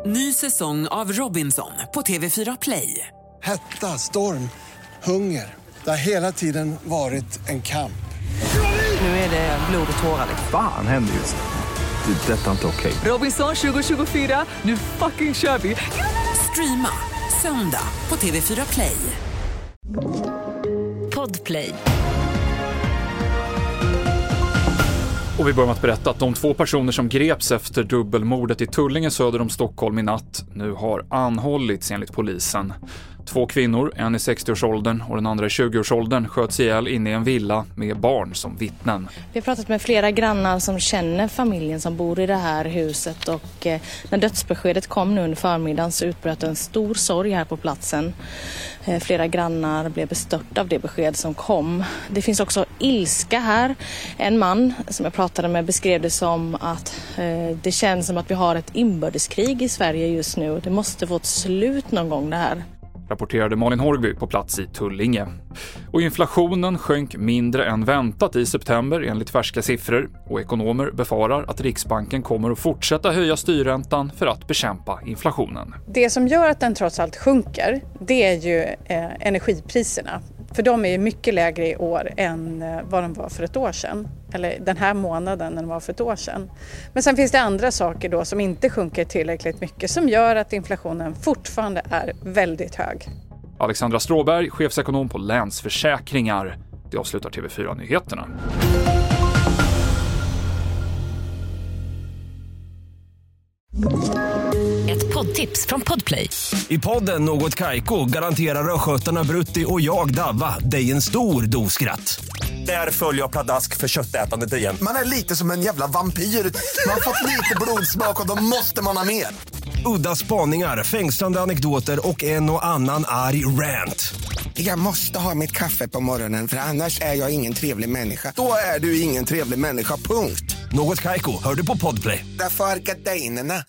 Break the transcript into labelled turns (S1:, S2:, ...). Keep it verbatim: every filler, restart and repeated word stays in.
S1: Ny säsong av Robinson på T V fyra Play.
S2: Hetta, storm, hunger. Det har hela tiden varit en kamp.
S1: Nu är det blod och tårar.
S3: Fan händer just det. Det är detta inte okej.
S1: Robinson tjugo tjugofyra, nu fucking kör vi. Streama söndag på T V fyra Play. Podplay.
S4: Och vi börjar med att berätta att de två personer som greps efter dubbelmordet i Tullinge söder om Stockholm i natt nu har anhållits enligt polisen. Två kvinnor, en i sextioårsåldern och den andra i tjugoårsåldern, sköts ihjäl inne i en villa med barn som vittnen.
S5: Vi har pratat med flera grannar som känner familjen som bor i det här huset, och eh, när dödsbeskedet kom nu under förmiddagen så utbröt en stor sorg här på platsen. Eh, flera grannar blev bestört av det besked som kom. Det finns också ilska här. En man som jag pratade med beskrev det som att eh, det känns som att vi har ett inbördeskrig i Sverige just nu. Det måste få ett slut någon gång det här.
S4: Rapporterade Malin Horgby på plats i Tullinge. Och inflationen sjönk mindre än väntat i september enligt färska siffror, och ekonomer befarar att Riksbanken kommer att fortsätta höja styrräntan för att bekämpa inflationen.
S6: Det som gör att den trots allt sjunker, det är ju eh, energipriserna. För de är ju mycket lägre i år än eh, vad de var för ett år sedan. Eller den här månaden än de var för ett år sedan. Men sen finns det andra saker då som inte sjunker tillräckligt mycket som gör att inflationen fortfarande är väldigt hög.
S4: Alexandra Stråberg, chefsekonom på Länsförsäkringar. Det avslutar T V fyra-nyheterna.
S1: Ett poddtips från Podplay.
S7: I podden Något Kaiko garanterar röskötarna Brutti och jag Davva dig en stor doskratt. Där följer jag pladask för köttätandet igen.
S8: Man är lite som en jävla vampyr. Man har fått lite blodsmak och då måste man ha mer.
S7: Udda spaningar, fängslande anekdoter och en och annan arg rant.
S8: Jag måste ha mitt kaffe på morgonen för annars är jag ingen trevlig människa. Då är du ingen trevlig människa, punkt.
S7: Något Kaiko, hör du på Podplay.
S8: Därför är gardinerna.